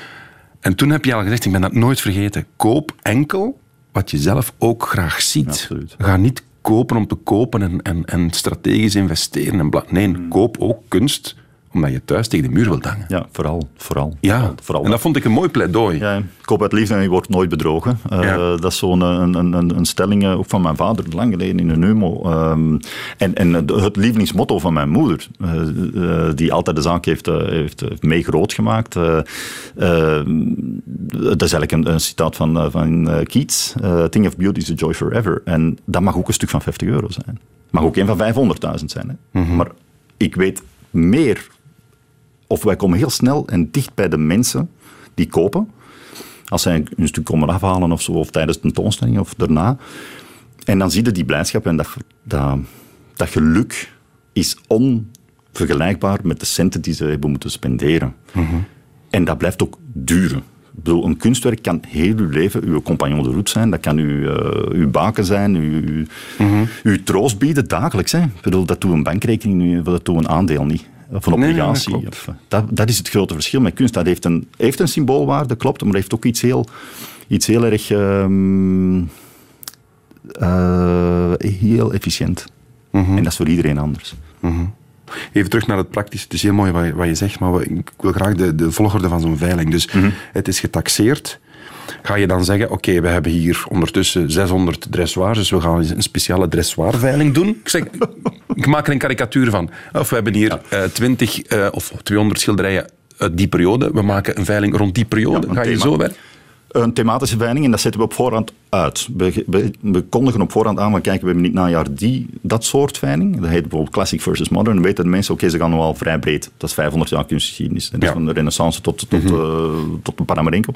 En toen heb je al gezegd, ik ben dat nooit vergeten, koop enkel wat je zelf ook graag ziet. Absoluut. Ga niet kopen om te kopen en, en, en strategisch investeren. En bla. Nee, mm. koop ook kunst omdat je thuis tegen de muur wilt hangen. Ja, vooral. vooral, ja. vooral, vooral. En dat vond ik een mooi pleidooi. Ja, koop uit liefde en je wordt nooit bedrogen. Uh, ja. Dat is zo'n een, een, een stelling ook van mijn vader, lang geleden in een humo. Um, en, en het lievelingsmotto van mijn moeder, uh, uh, die altijd de zaak heeft, uh, heeft, heeft mee groot gemaakt. Uh, uh, dat is eigenlijk een, een citaat van, uh, van uh, Keats. Uh, Thing of beauty is a joy forever. En dat mag ook een stuk van vijftig euro zijn. Mag ook een van vijfhonderdduizend zijn. Hè. Mm-hmm. Maar ik weet meer... Of wij komen heel snel en dicht bij de mensen die kopen. Als zij een stuk komen afhalen of zo, of tijdens de tentoonstelling of daarna. En dan zie je die blijdschap en dat, dat, dat geluk is onvergelijkbaar met de centen die ze hebben moeten spenderen. Mm-hmm. En dat blijft ook duren. bedoel, een kunstwerk kan heel uw leven uw compagnon de route zijn. Dat kan uw, uh, uw baken zijn, uw, uw, mm-hmm. uw troost bieden dagelijks. Hè. Ik bedoel, dat doet een bankrekening nu, dat doet een aandeel niet. Of een obligatie. Nee, nee, dat, of, dat, dat is het grote verschil met kunst. Dat heeft een, heeft een symboolwaarde, klopt, maar heeft ook iets heel, iets heel erg um, uh, heel efficiënt. Mm-hmm. En dat is voor iedereen anders. Mm-hmm. Even terug naar het praktische. Het is heel mooi wat je, wat je zegt, maar ik wil graag de, de volgorde van zo'n veiling. Dus mm-hmm. het is getaxeerd. Ga je dan zeggen, oké, okay, we hebben hier ondertussen zeshonderd dressoirs, dus we gaan een speciale dressoirveiling doen. Ik zeg, ik maak er een karikatuur van. Of we hebben hier ja. uh, twintig uh, of tweehonderd schilderijen uit die periode. We maken een veiling rond die periode. Ja, Ga je thema. zo werken? Een thematische veiling, en dat zetten we op voorhand uit. We, we, we kondigen op voorhand aan, van kijk, we hebben niet najaar die, dat soort veiling. Dat heet bijvoorbeeld Classic versus Modern. Dan weten de mensen, oké, okay, ze gaan wel vrij breed. Dat is vijfhonderd jaar kunstgeschiedenis. Dat is ja. van de Renaissance tot, tot, mm-hmm. uh, tot de Panamarenko.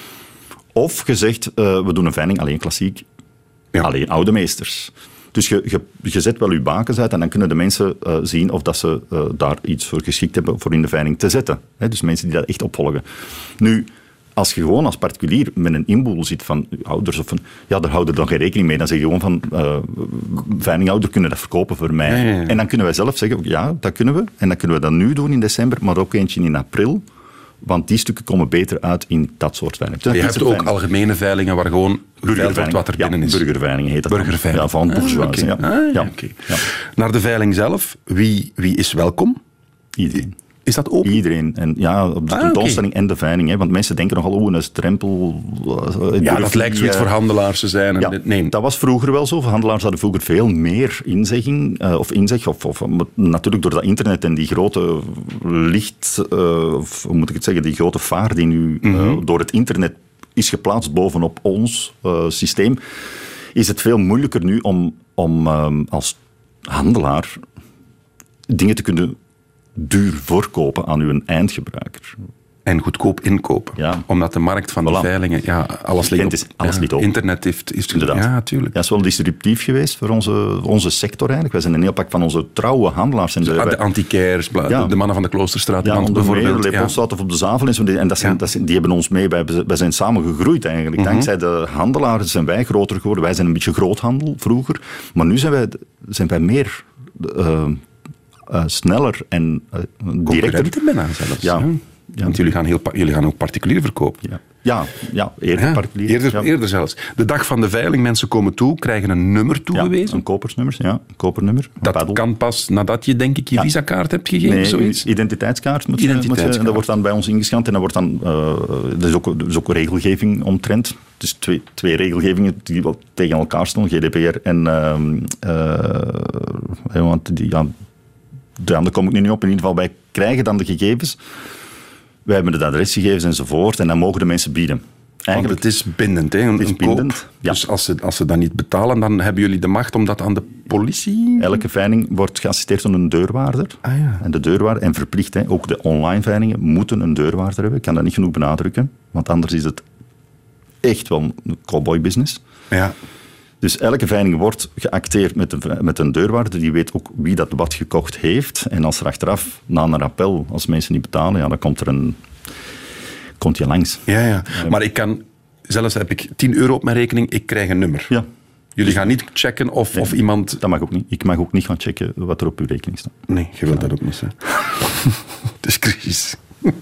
Of je zegt, uh, we doen een veiling alleen klassiek, ja. alleen oude meesters. Dus je, je, je zet wel je bakens uit en dan kunnen de mensen uh, zien of dat ze uh, daar iets voor geschikt hebben voor in de veiling te zetten. He, dus mensen die dat echt opvolgen. Nu, als je gewoon als particulier met een inboel zit van ouders, of van, ja, daar houden we dan geen rekening mee. Dan zeg je gewoon van, uh, veilinghouder kunnen dat verkopen voor mij. Ja, ja, ja. En dan kunnen wij zelf zeggen, ja, dat kunnen we. En dan kunnen we dat nu doen in december, maar ook eentje in april. Want die stukken komen beter uit in dat soort veilingen. Dus je hebt ook algemene veilingen waar gewoon geveild wordt wat er ja, binnen is. Burgerveilingen heet dat. Burgerveiling. Ja, van bourgeoisie. Ah, okay. ah, ja. ja. okay. ja. Naar de veiling zelf, wie, wie is welkom? Iedereen. Is dat open? Iedereen. En ja, op de ah, tentoonstelling okay. en de veiling. Hè, want mensen denken nogal, oh, een strempel. Uh, ja, dat lijkt zoiets uh, voor handelaars te zijn. En ja, dit, nee. Dat was vroeger wel zo. Handelaars hadden vroeger veel meer inzegging. Uh, of inzeg. Of, of, natuurlijk door dat internet en die grote licht... Uh, of, hoe moet ik het zeggen? Die grote vaar die nu mm-hmm. uh, door het internet is geplaatst bovenop ons uh, systeem. Is het veel moeilijker nu om, om um, als handelaar dingen te kunnen... duur voorkopen aan uw eindgebruiker. En goedkoop inkopen. Ja. Omdat de markt van voilà. de veilingen... Ja, alles ligt op. Is, alles ja, ligt op. Internet heeft... heeft Inderdaad. Ja, natuurlijk. Ja, dat is wel disruptief geweest voor onze, onze sector eigenlijk. Wij zijn een heel pak van onze trouwe handelaars. En de, de, de antiquairs, ja. de mannen van de Kloosterstraat. Ja, de bijvoorbeeld. De Leopoldstraat of op de Zavel. En, zo, en dat zijn, ja. dat zijn, die hebben ons mee. Wij, wij zijn samen gegroeid eigenlijk. Mm-hmm. Dankzij de handelaren zijn wij groter geworden. Wij zijn een beetje groothandel vroeger. Maar nu zijn wij, zijn wij meer... Uh, Uh, sneller en uh, directer. bijna zelfs. Ja. Ja. Want jullie gaan, heel, jullie gaan ook particulier verkopen. Ja, ja, ja eerder ja, particulier. Eerder, ja. eerder zelfs. De dag van de veiling, mensen komen toe, krijgen een nummer toegewezen. Ja, een kopersnummer, ja. Een kopernummer. Dat paddel. Kan pas nadat je, denk ik, je ja. visakaart hebt gegeven, nee, zoiets? identiteitskaart moet, identiteitskaart. moet je, en dat wordt dan bij ons ingeschat en dat wordt dan... Uh, er is ook, er is ook regelgeving omtrent. Dus twee, twee regelgevingen die tegen elkaar stonden, G D P R en... Uh, uh, want die... Ja, daar kom ik nu niet op. In ieder geval, wij krijgen dan de gegevens. Wij hebben de adresgegevens enzovoort. En dan mogen de mensen bieden. Eigenlijk, Want het is bindend, hè? Een, het is bindend, koop. Ja. Dus als ze, als ze dat niet betalen, dan hebben jullie de macht om dat aan de politie... Elke veiling wordt geassisteerd door een deurwaarder. Ah, ja. En de deurwaarder, en verplicht, hè, ook de online veilingen moeten een deurwaarder hebben. Ik kan dat niet genoeg benadrukken. Want anders is het echt wel een cowboy-business. Ja. Dus elke veiling wordt geacteerd met een, met een deurwaarder. Die weet ook wie dat wat gekocht heeft. En als er achteraf, na een rappel, als mensen niet betalen, ja, dan komt er een... Komt je langs. Ja, ja. Maar ik kan... Zelfs heb ik tien euro op mijn rekening, ik krijg een nummer. Ja. Jullie gaan niet checken of, nee, of iemand... Dat mag ook niet. Ik mag ook niet gaan checken wat er op uw rekening staat. Nee, je wilt dat ook niet. Hè. Het is crisis.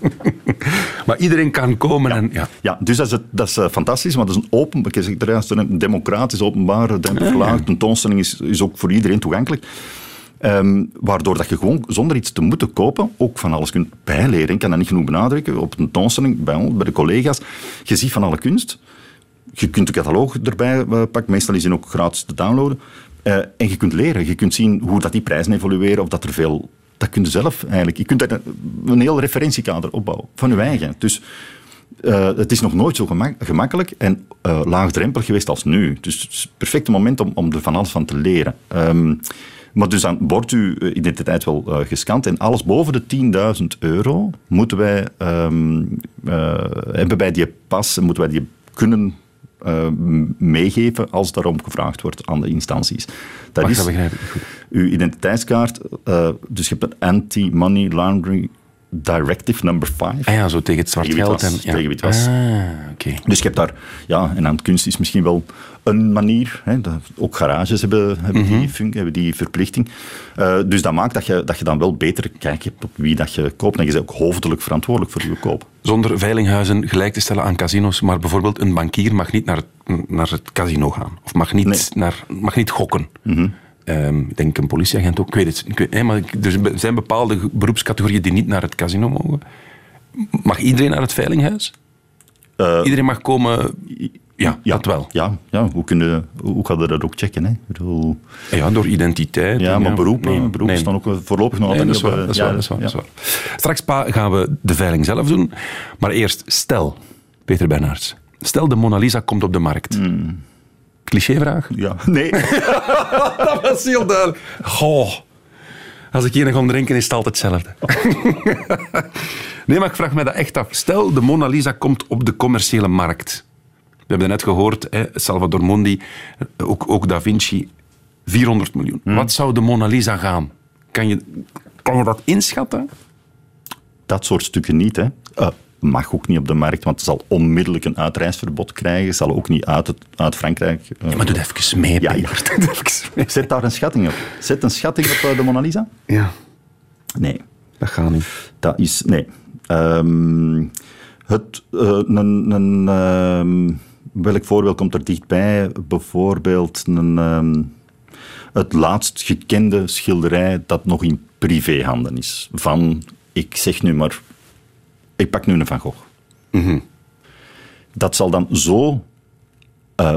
Maar iedereen kan komen. Ja, en, ja. ja dus dat is, het, dat is uh, fantastisch, want dat is een open, ik zeg er juist, een democratisch, openbaar, democratisch, ja, ja. tentoonstelling is, is ook voor iedereen toegankelijk. Um, waardoor dat je gewoon zonder iets te moeten kopen ook van alles kunt bijleren. Ik kan dat niet genoeg benadrukken. Op een tentoonstelling, bij ons, bij de collega's, je ziet van alle kunst. Je kunt de catalogus erbij uh, pakken, meestal is die ook gratis te downloaden. Uh, en je kunt leren, je kunt zien hoe dat die prijzen evolueren, of dat er veel... Dat kun je zelf eigenlijk. Je kunt daar een heel referentiekader opbouwen van je eigen. Dus uh, het is nog nooit zo gemak- gemakkelijk en uh, laagdrempelig geweest als nu. Dus het is het perfecte moment om, om er van alles van te leren. Um, maar dus dan wordt uw identiteit wel uh, gescand en alles boven de tienduizend euro moeten wij um, uh, hebben wij die pas, moeten wij die kunnen Uh, meegeven als daarom gevraagd wordt aan de instanties. Dat Wacht, is dat begrijp ik goed. Uw identiteitskaart, uh, dus je hebt een anti-money laundering Directive number five. Ah ja, zo tegen het zwart Tegen geld. witwas, En, ja. tegen witwas. Ah, oké. Dus je hebt daar... Ja, en aan kunst is misschien wel een manier. Hè, dat, ook garages hebben, hebben, Mm-hmm. die func- hebben die verplichting. Uh, dus dat maakt dat je, dat je dan wel beter kijk hebt op wie dat je koopt. En je bent ook hoofdelijk verantwoordelijk voor je koop. Zonder veilinghuizen gelijk te stellen aan casinos, maar bijvoorbeeld een bankier mag niet naar het, naar het casino gaan. Of mag niet, Nee. naar, mag niet gokken. Mm-hmm. Um, ik denk een politieagent ook. Ik weet het. Ik weet, hè, maar er zijn bepaalde beroepscategorieën die niet naar het casino mogen. Mag iedereen naar het veilinghuis? Uh, Iedereen mag komen... Ja, ja, dat wel. Ja, ja hoe, kunnen, hoe gaan we dat ook checken? Hè? Ik bedoel, Ja, door identiteit. ja, en maar ja, beroepen, nee, beroepen nee. staan ook voorlopig nog Nee, altijd dat is niet waar. op... Dat is ja, waar, dat is waar, ja. dat is waar. Straks pa, gaan we de veiling zelf doen. Maar eerst, stel, Peter Bernhards, stel de Mona Lisa komt op de markt. Mm. Clichévraag? Ja, nee. Dat was heel duidelijk. Goh. Als ik hier nog om drinken, is het altijd hetzelfde. Nee, maar ik vraag me dat echt af. Stel, de Mona Lisa komt op de commerciële markt. We hebben net gehoord, hè, Salvador Mundi, ook, ook Da Vinci, vierhonderd miljoen. Hmm. Wat zou de Mona Lisa gaan? Kan je, kan je dat inschatten? Dat soort stukken niet, hè. Uh, mag ook niet op de markt, want het zal onmiddellijk een uitreisverbod krijgen. Zal ook niet uit, het, uit Frankrijk... Uh, Ja, maar doe het even mee, Ja, Peter. ja. Doe het even mee. Zet daar een schatting op. Zet een schatting op uh, de Mona Lisa? Ja, Nee. dat gaat niet. Dat is... Nee. Um, het... Uh, een... een um, welk voorbeeld komt er dichtbij? Bijvoorbeeld een... Um, het laatst gekende schilderij dat nog in privéhanden is. Van, ik zeg nu maar... Ik pak nu een Van Gogh. Mm-hmm. Dat zal dan zo uh,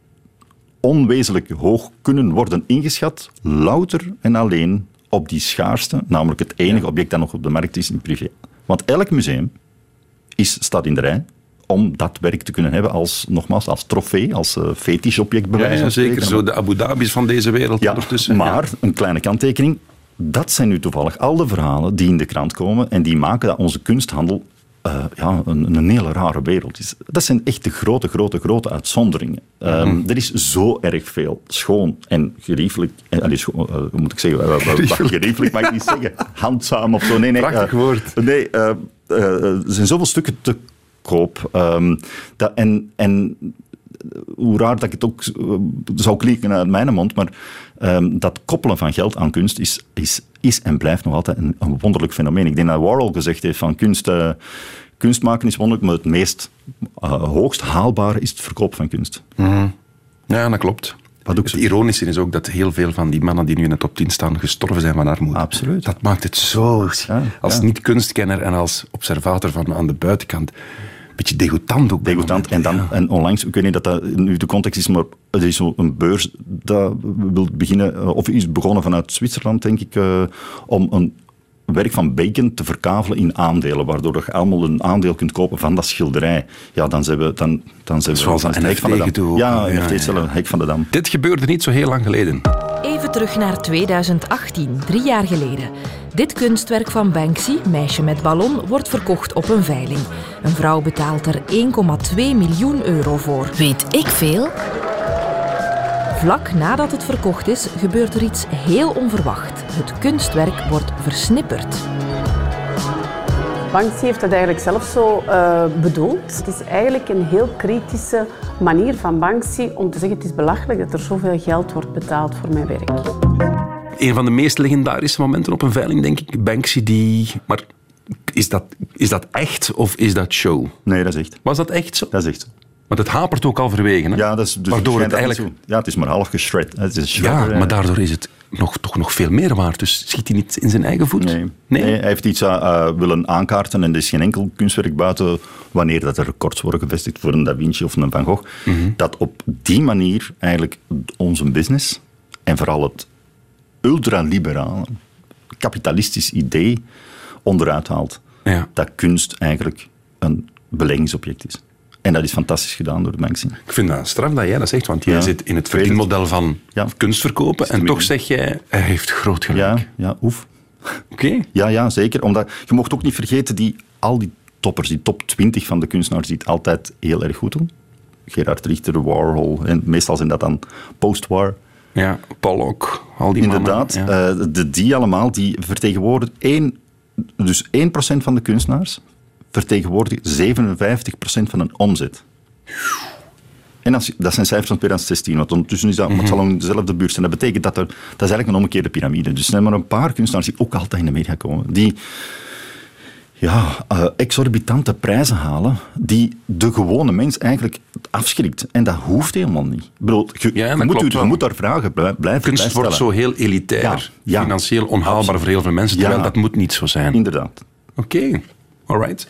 onwezenlijk hoog kunnen worden ingeschat, louter en alleen op die schaarste, namelijk het enige ja. object dat nog op de markt is in privé. Want elk museum is, staat in de rij om dat werk te kunnen hebben als, nogmaals, als trofee, als uh, fetischobject bij Ja, wijze ja, van zeker. spreken. Zo de Abu Dhabi's van deze wereld Ja, ondertussen. maar een kleine kanttekening. Dat zijn nu toevallig al de verhalen die in de krant komen en die maken dat onze kunsthandel uh, ja, een, een hele rare wereld is. Dat zijn echt de grote, grote, grote uitzonderingen. Um, mm-hmm. Er is zo erg veel schoon en geriefelijk... En, allee, schoon, uh, hoe moet ik zeggen? Uh, geriefelijk. geriefelijk mag ik niet zeggen. Handzaam of zo. Nee, nee. Prachtig uh, woord. Nee, uh, uh, er zijn zoveel stukken te koop. Um, dat, en... en hoe raar dat ik het ook uh, zou klinken uit mijn mond, maar um, dat koppelen van geld aan kunst is, is, is en blijft nog altijd een, een wonderlijk fenomeen. Ik denk dat Warhol gezegd heeft van kunst, uh, kunst maken is wonderlijk, maar het meest uh, hoogst haalbare is het verkoop van kunst. Mm-hmm. Ja, dat klopt. Wat ook het zo... ironische is ook dat heel veel van die mannen die nu in de top tien staan gestorven zijn van armoede. Absoluut. Dat maakt het zo... Ja, als ja. niet-kunstkenner en als observator van aan de buitenkant... beetje degoutant ook. Degoutant. En, dan, ja. en onlangs, ik weet niet dat dat nu de context is, maar er is zo'n beurs dat wil beginnen, of is begonnen vanuit Zwitserland, denk ik, uh, om een werk van Bacon te verkavelen in aandelen, waardoor je allemaal een aandeel kunt kopen van dat schilderij. Ja, dan zijn we... Dan, dan zijn we Zoals dat dan is het N F T hek van de dam. gedoe. Ja, Ja, N F T is ja. wel een hek van de dam. Dit gebeurde niet zo heel lang geleden. Even terug naar tweeduizend achttien, drie jaar geleden. Dit kunstwerk van Banksy, Meisje met ballon, wordt verkocht op een veiling. Een vrouw betaalt er één komma twee miljoen euro voor. Weet ik veel? Vlak nadat het verkocht is, gebeurt er iets heel onverwacht. Het kunstwerk wordt versnipperd. Banksy heeft dat eigenlijk zelf zo uh, bedoeld. Het is eigenlijk een heel kritische manier van Banksy om te zeggen: het is belachelijk dat er zoveel geld wordt betaald voor mijn werk. Een van de meest legendarische momenten op een veiling, denk ik. Banksy die... Maar is dat, is dat echt of is dat show? Nee, dat is echt. Was dat echt zo? Dat is echt zo. Want het hapert ook al verwegen. Hè? Ja, dat is, dus Waardoor het dat eigenlijk... zo, ja, het is maar half geschred. Het is een Ja, shredder, maar daardoor is het nog, toch nog veel meer waard. Dus schiet hij niet in zijn eigen voet? Nee. Nee? nee hij heeft iets uh, willen aankaarten en er is geen enkel kunstwerk buiten wanneer dat er records worden gevestigd voor een Da Vinci of een Van Gogh. Mm-hmm. Dat op die manier eigenlijk onze business en vooral het ultraliberale, kapitalistisch idee onderuit haalt. Ja. Dat kunst eigenlijk een beleggingsobject is. En dat is fantastisch gedaan door de Banksy. Ik vind dat straf dat jij dat zegt, want jij ja. zit in het verdienmodel van ja. kunst verkopen en toch zeg jij, hij heeft groot gelijk. Ja, ja oef. Oké. Okay. Ja, ja, zeker. Omdat, je mocht ook niet vergeten, die, al die toppers, die top twintig van de kunstenaars, die het altijd heel erg goed doen. Gerard Richter, Warhol, en meestal zijn dat dan post-war. Ja, Pollock, al die Inderdaad, mannen. Ja. Uh, de, die allemaal, die vertegenwoordigen één Dus één procent van de kunstenaars vertegenwoordigt zevenenvijftig procent van een omzet. En dat, dat zijn cijfers van twintig zestien, want ondertussen is dat, mm-hmm. het zal in dezelfde buurt zijn. Dat betekent dat er, dat is eigenlijk een omgekeerde piramide. Dus er zijn maar een paar kunstenaars die ook altijd in de media komen, die ja, uh, exorbitante prijzen halen, die de gewone mens eigenlijk afschrikt. En dat hoeft helemaal niet. Ik bedoel, je, ja, je, moet, je moet daar vragen blijven Kunst wordt zo heel elitair, ja, ja, financieel onhaalbaar absoluut. Voor heel veel mensen, terwijl ja, dat moet niet zo zijn. Inderdaad. Oké, okay. Alright.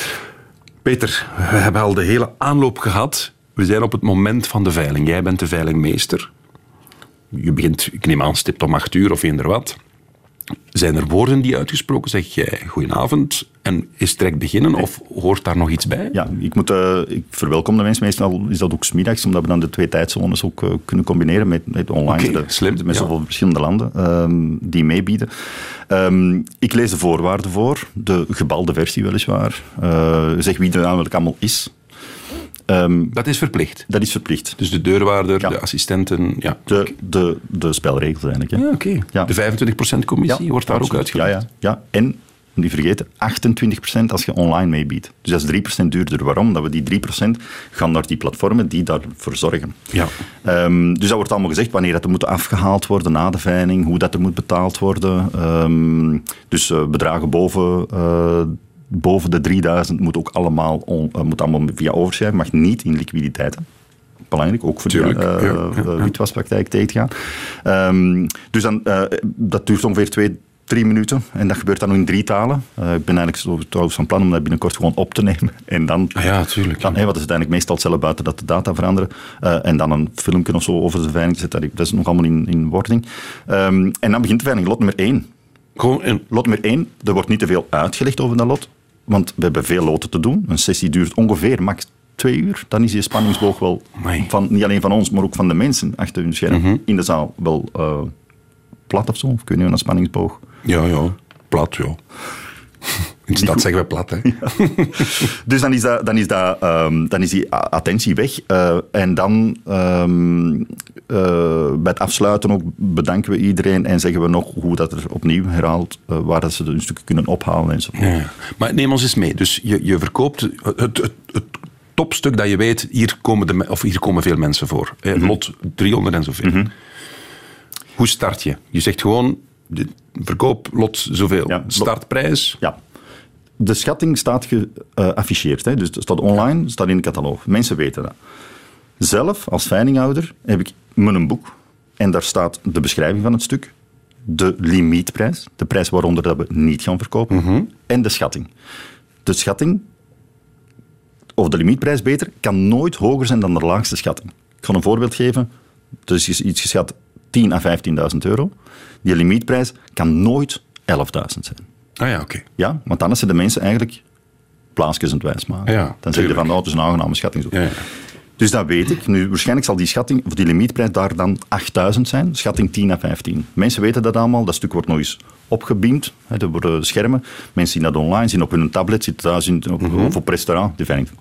Peter, we hebben al de hele aanloop gehad. We zijn op het moment van de veiling. Jij bent de veilingmeester. Je begint, ik neem aan, stipt om acht uur of eender wat. Zijn er woorden die uitgesproken? Zeg jij goedenavond en is het direct beginnen of hoort daar nog iets bij? Ja, ik, moet, uh, ik verwelkom de mensen. Meestal is dat ook 's middags, omdat we dan de twee tijdzones ook uh, kunnen combineren met, met online. Okay, de, slim. Met zoveel ja. verschillende landen um, die meebieden. Um, ik lees de voorwaarden voor, de gebalde versie weliswaar. Uh, zeg wie er namelijk allemaal is. Um, dat is verplicht? Dat is verplicht. Dus de deurwaarder, ja. de assistenten... Ja. De, de, de spelregels eigenlijk. Hè. Ja, oké. Okay. Ja. De vijfentwintig procent commissie ja, wordt daar absoluut. Ook uitgelegd. Ja, ja, ja. En, niet vergeten, achtentwintig procent als je online meebiedt. Dus dat is drie procent duurder. Waarom? Dat we die drie procent gaan naar die platformen die daarvoor zorgen. Ja. Um, dus dat wordt allemaal gezegd, wanneer dat er moet afgehaald worden na de veiling, hoe dat er moet betaald worden. Um, dus uh, bedragen boven... Uh, Boven de drieduizend moet ook allemaal, on, uh, moet allemaal via overschrijven, mag niet in liquiditeit. Belangrijk, ook voor Tuurlijk, de uh, ja, ja, ja. witwaspraktijk tegen te gaan. Um, dus dan, uh, dat duurt ongeveer twee, drie minuten en dat gebeurt dan in drie talen. Uh, ik ben eigenlijk zo, trouwens van plan om dat binnenkort gewoon op te nemen. En dan, ah ja, tuurlijk. Dan, hey, wat is uiteindelijk meestal hetzelfde buiten dat de data veranderen. Uh, en dan een filmpje of zo over de veiling zetten. Dat is nog allemaal in, in wording. Um, en dan begint de veiling, lot nummer één. Gewoon in... Lot nummer één, er wordt niet te veel uitgelegd over dat lot. Want we hebben veel loten te doen. Een sessie duurt ongeveer max twee uur. Dan is die spanningsboog wel, van, niet alleen van ons, maar ook van de mensen achter hun scherm mm-hmm. in de zaal wel uh, plat of zo. Of kun je een spanningsboog? Ja, ja. Plat, ja. In de stad zeggen we plat, hè. Ja. Dus dan is, dat, dan, is dat, um, dan is die attentie weg. Uh, en dan um, uh, bij het afsluiten ook bedanken we iedereen en zeggen we nog hoe dat er opnieuw herhaalt, uh, waar dat ze een stukje kunnen ophalen enzovoort. Ja, maar neem ons eens mee. Dus je, je verkoopt het, het, het topstuk dat je weet, hier komen, de, of hier komen veel mensen voor. Mm-hmm. Lot driehonderd en zoveel. Mm-hmm. Hoe start je? Je zegt gewoon, de verkoop lot zoveel. Ja, startprijs? Ja. De schatting staat geafficheerd. Uh, dus het staat online, staat in de catalogus. Mensen weten dat. Zelf, als veilinghouder, heb ik mijn boek. En daar staat de beschrijving van het stuk. De limietprijs. De prijs waaronder dat we niet gaan verkopen. Mm-hmm. En de schatting. De schatting, of de limietprijs beter, kan nooit hoger zijn dan de laagste schatting. Ik ga een voorbeeld geven. Er is iets geschat tien à vijftienduizend euro. Die limietprijs kan nooit elfduizend zijn. Ah ja, oké. Okay. Ja, want anders zijn de mensen eigenlijk plaatsjes aan het wijs maken. Ja, dan zeg je van, oh, het is een aangename schatting. Ja, ja. Dus dat weet ik. Nu, waarschijnlijk zal die schatting, of die limietprijs daar dan achtduizend zijn. Schatting tien à vijftien. Mensen weten dat allemaal. Dat stuk wordt nog eens opgebeamd. Hè, er worden schermen. Mensen zien dat online, zien op hun tablet, zitten thuis in, op, mm-hmm. of op restaurant. De veiling.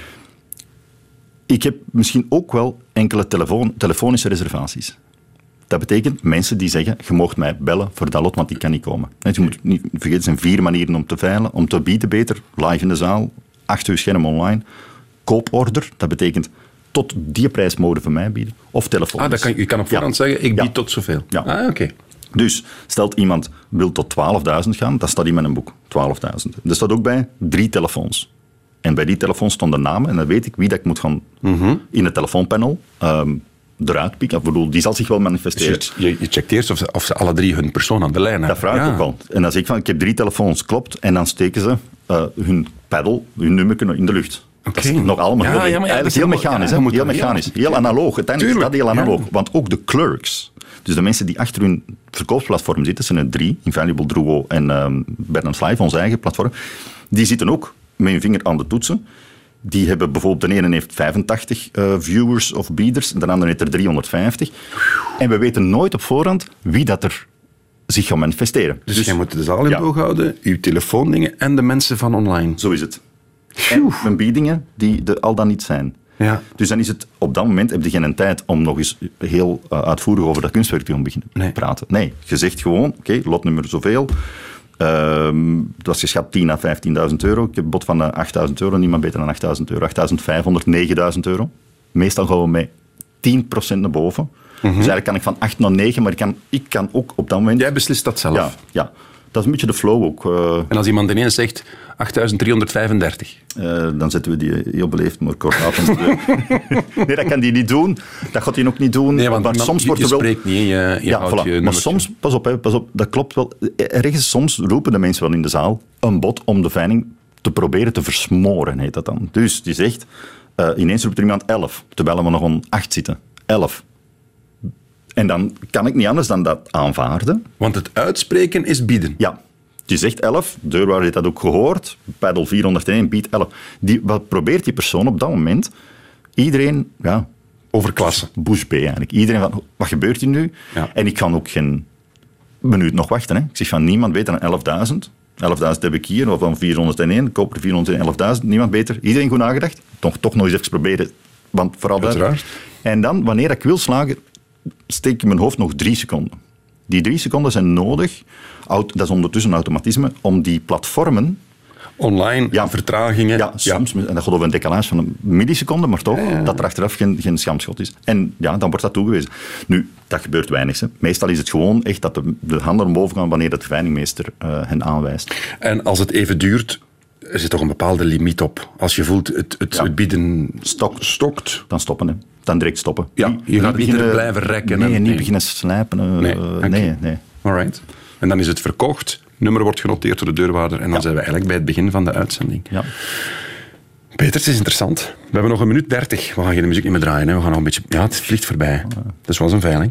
Ik heb misschien ook wel enkele telefoon, telefonische reservaties. Dat betekent mensen die zeggen, je mag mij bellen voor dat lot, want die kan niet komen. Je moet niet vergeten, er zijn vier manieren om te veilen. Om te bieden beter, live in de zaal, achter je scherm online. Kooporder, dat betekent tot die prijs mogen van mij bieden. Of telefoon. Ah, dat kan, je kan op voorhand ja. zeggen, ik bied ja. tot zoveel. Ja. Ah, oké. Okay. Dus, stelt iemand wil tot twaalfduizend gaan, dat staat in mijn boek. twaalfduizend. Er staat ook bij drie telefoons. En bij die telefoons stonden namen, en dan weet ik wie dat ik moet gaan mm-hmm. in het telefoonpanel um, eruit pikken. Ik bedoel, die zal zich wel manifesteren. Dus je, je checkt eerst of ze, of ze alle drie hun persoon aan de lijn hebben. Dat vraag ik ja. ook al. En dan zeg ik van, ik heb drie telefoons, klopt. En dan steken ze uh, hun paddel, hun nummer in de lucht. Okay. Dat is nog allemaal ja, heel, ja, eigenlijk heel mechanisch. Ja, heel mechanisch. Heel, heel analoog. Uiteindelijk is dat heel analoog. Ja. Want ook de clerks, dus de mensen die achter hun verkoopsplatform zitten, zijn er drie, Invaluable, Druo en um, Bernard Live, ons eigen platform, die zitten ook met hun vinger aan de toetsen. Die hebben bijvoorbeeld, de ene heeft vijfentachtig uh, viewers of bieders, de andere heeft er driehonderdvijftig. En we weten nooit op voorhand wie dat er zich gaat manifesteren. Dus, dus jij moet de zaal in ja. boog houden, uw telefoondingen en de mensen van online. Zo is het. En mijn biedingen die er al dan niet zijn. Ja. Dus dan is het, op dat moment heb je geen tijd om nog eens heel uh, uitvoerig over dat kunstwerk te gaan beginnen nee. praten. Nee, je zegt gewoon, oké, okay, lot nummer zoveel. Uh, dat was geschat tien à vijftienduizend euro. Ik heb een bod van uh, achtduizend euro, niemand beter dan achtduizend euro. achtduizend vijfhonderd, negenduizend euro. Meestal gaan we met tien procent naar boven. Mm-hmm. Dus eigenlijk kan ik van acht naar negen, maar ik kan, ik kan ook op dat moment... Jij beslist dat zelf? Ja, ja. Dat is een beetje de flow ook. Uh, en als iemand ineens zegt achtduizend driehonderdvijfendertig? Uh, dan zetten we die heel beleefd, maar kort af. Nee, dat kan die niet doen. Dat gaat hij ook niet doen. Nee, want maar man, soms je, wordt je er wel... spreekt niet, je, je ja, houdt voilà. je Maar soms, pas op, hè, pas op, dat klopt wel. Ergens soms roepen de mensen wel in de zaal een bod om de veiling te proberen te versmoren, heet dat dan. Dus die zegt, uh, ineens roept er iemand elf, terwijl we nog om acht zitten. elf. En dan kan ik niet anders dan dat aanvaarden. Want het uitspreken is bieden. Ja. Die zegt elf, de deurwaarder heeft dat ook gehoord, paddel vierhonderdéén, biedt elf. Die, wat probeert die persoon op dat moment? Iedereen, ja... Overklassen. Bush B eigenlijk. Iedereen van, wat gebeurt hier nu? Ja. En ik kan ook geen minuut nog wachten. Hè. Ik zeg van, niemand beter dan elfduizend. elfduizend heb ik hier, of dan vierhonderdéén, ik koop er vierhonderd elfduizend, niemand beter. Iedereen goed nagedacht. Toch, toch nog eens even proberen, want vooral daar. En dan, wanneer ik wil slagen, steek ik in mijn hoofd nog drie seconden. Die drie seconden zijn nodig, dat is ondertussen een automatisme, om die platformen... Online, ja, vertragingen. Ja, soms. Ja. En dat gaat over een decalage van een milliseconde, maar toch, ja, ja. dat er achteraf geen, geen schamschot is. En ja, dan wordt dat toegewezen. Nu, dat gebeurt weinig. Hè. Meestal is het gewoon echt dat de, de handen omhoog gaan wanneer de veilingmeester uh, hen aanwijst. En als het even duurt, er zit toch een bepaalde limiet op. Als je voelt het, het, ja. het bieden stokt, stokt, dan stoppen. Hè. Dan direct stoppen. Ja, niet, je gaat niet beginnen, blijven rekken. Nee, en, niet nee. beginnen slijpen. Uh, nee, okay. nee, nee. Alright. En dan is het verkocht, nummer wordt genoteerd door de deurwaarder en dan ja. zijn we eigenlijk bij het begin van de uitzending. Ja. Peter, het is interessant. We hebben nog een minuut dertig. We gaan geen muziek niet meer draaien. Hè. We gaan nog een beetje... Ja, het vliegt voorbij. Dat was een veiling.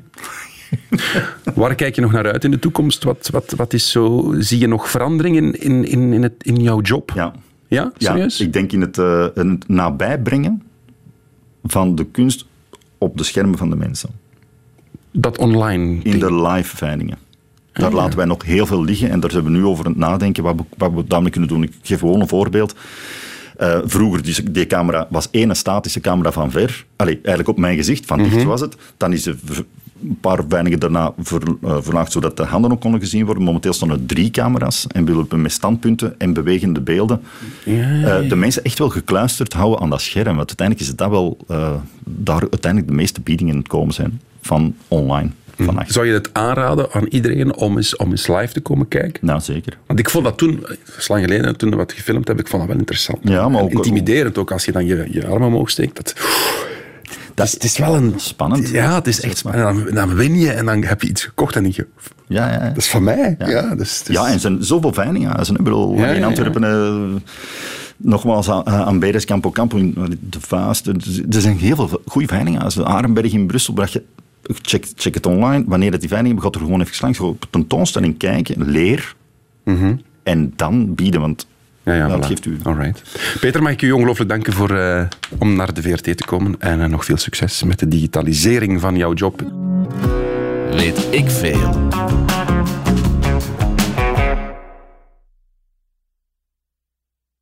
Waar kijk je nog naar uit in de toekomst? Wat, wat, wat is zo... Zie je nog veranderingen in, in, in, het, in jouw job? Ja. Ja, serieus? Ja, ik denk in het, uh, het nabijbrengen van de kunst op de schermen van de mensen. Dat online In ding. de live veilingen. Daar ah, ja. laten wij nog heel veel liggen en daar zijn we nu over aan het nadenken wat we, wat we daarmee kunnen doen. Ik geef gewoon een voorbeeld. Uh, vroeger, die, die camera was één statische camera van ver. Allee, eigenlijk op mijn gezicht, van dicht mm-hmm. was het. Dan is ze een paar veilingen daarna ver, uh, verlaagd, zodat de handen ook konden gezien worden. Momenteel staan er drie camera's en willen we met standpunten en bewegende beelden ja, ja, ja. Uh, de mensen echt wel gekluisterd houden aan dat scherm. Want uiteindelijk is het dat wel uh, daar uiteindelijk de meeste biedingen komen zijn van online. Vannacht. Zou je het aanraden aan iedereen om eens, om eens live te komen kijken? Nou, zeker. Want ik vond dat toen, dat is lang geleden, toen we wat gefilmd hebben, ik vond dat wel interessant. Ja, maar ook, intimiderend ook, als je dan je, je arm omhoog steekt. Dat, dat is, het is wel een... Spannend. Ja, het is echt spannend. Dan, dan win je en dan heb je iets gekocht en denk je... Ja, ja, ja. Dat is van mij. Ja, ja, dus, dus... ja en er zijn zoveel veilinghuizen. Ik bedoel, ja, in ja, Antwerpen... Ja. Uh, Nogmaals, aan Beres, Campo Campo, de Vaast. Er zijn heel veel goede veilinghuizen. Arenberg in Brussel, bracht je... Check, check het online. Wanneer dat die veiling gaat er gewoon even langs. Op tentoonstelling kijken, leer. Mm-hmm. En dan bieden, want ja, ja, dat voilà. geeft u. Alright. Peter, mag ik u ongelooflijk danken voor, uh, om naar de V R T te komen. En uh, nog veel succes met de digitalisering van jouw job. Weet ik veel.